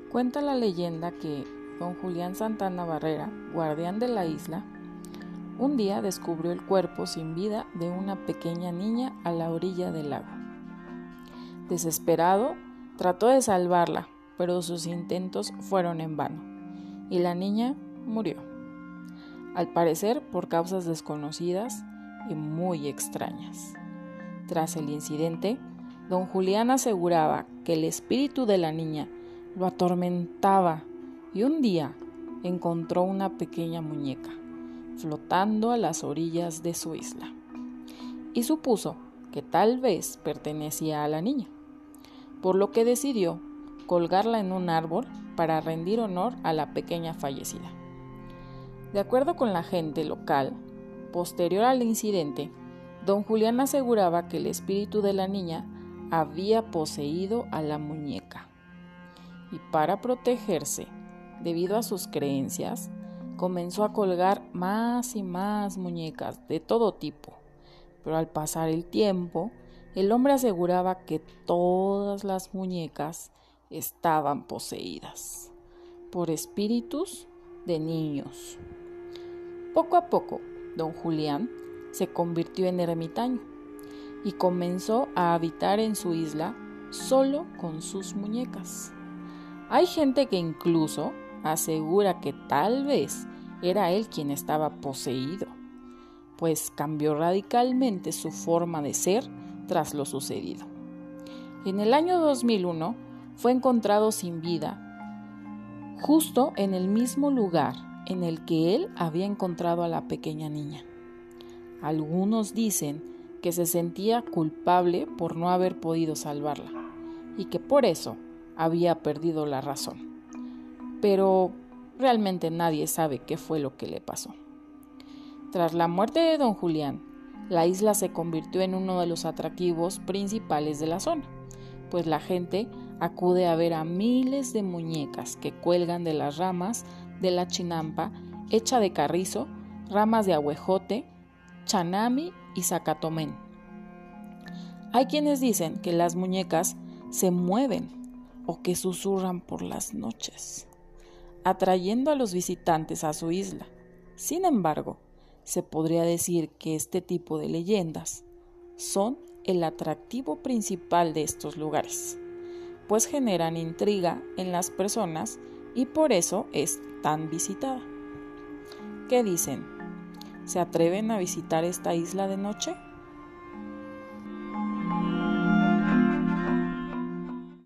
Cuenta la leyenda que don Julián Santana Barrera, guardián de la isla, un día descubrió el cuerpo sin vida de una pequeña niña a la orilla del lago. Desesperado, trató de salvarla, pero sus intentos fueron en vano, y la niña murió, al parecer por causas desconocidas y muy extrañas. Tras el incidente, don Julián aseguraba que el espíritu de la niña lo atormentaba y un día encontró una pequeña muñeca flotando a las orillas de su isla y supuso que tal vez pertenecía a la niña, por lo que decidió colgarla en un árbol para rendir honor a la pequeña fallecida. De acuerdo con la gente local, posterior al incidente, don Julián aseguraba que el espíritu de la niña había poseído a la muñeca y para protegerse, debido a sus creencias, comenzó a colgar más y más muñecas de todo tipo, pero al pasar el tiempo, el hombre aseguraba que todas las muñecas estaban poseídas por espíritus de niños. Poco a poco, don Julián se convirtió en ermitaño y comenzó a habitar en su isla solo con sus muñecas. Hay gente que incluso asegura que tal vez era él quien estaba poseído, pues cambió radicalmente su forma de ser tras lo sucedido. En el año 2001 fue encontrado sin vida, justo en el mismo lugar en el que él había encontrado a la pequeña niña. Algunos dicen que se sentía culpable por no haber podido salvarla y que por eso había perdido la razón. Pero realmente nadie sabe qué fue lo que le pasó. Tras la muerte de don Julián, la isla se convirtió en uno de los atractivos principales de la zona, pues la gente acude a ver a miles de muñecas que cuelgan de las ramas de la chinampa hecha de carrizo, ramas de ahuejote, chanami y zacatomén. Hay quienes dicen que las muñecas se mueven o que susurran por las noches, atrayendo a los visitantes a su isla. Sin embargo, se podría decir que este tipo de leyendas son el atractivo principal de estos lugares, pues generan intriga en las personas y por eso es tan visitada. ¿Qué dicen? ¿Se atreven a visitar esta isla de noche?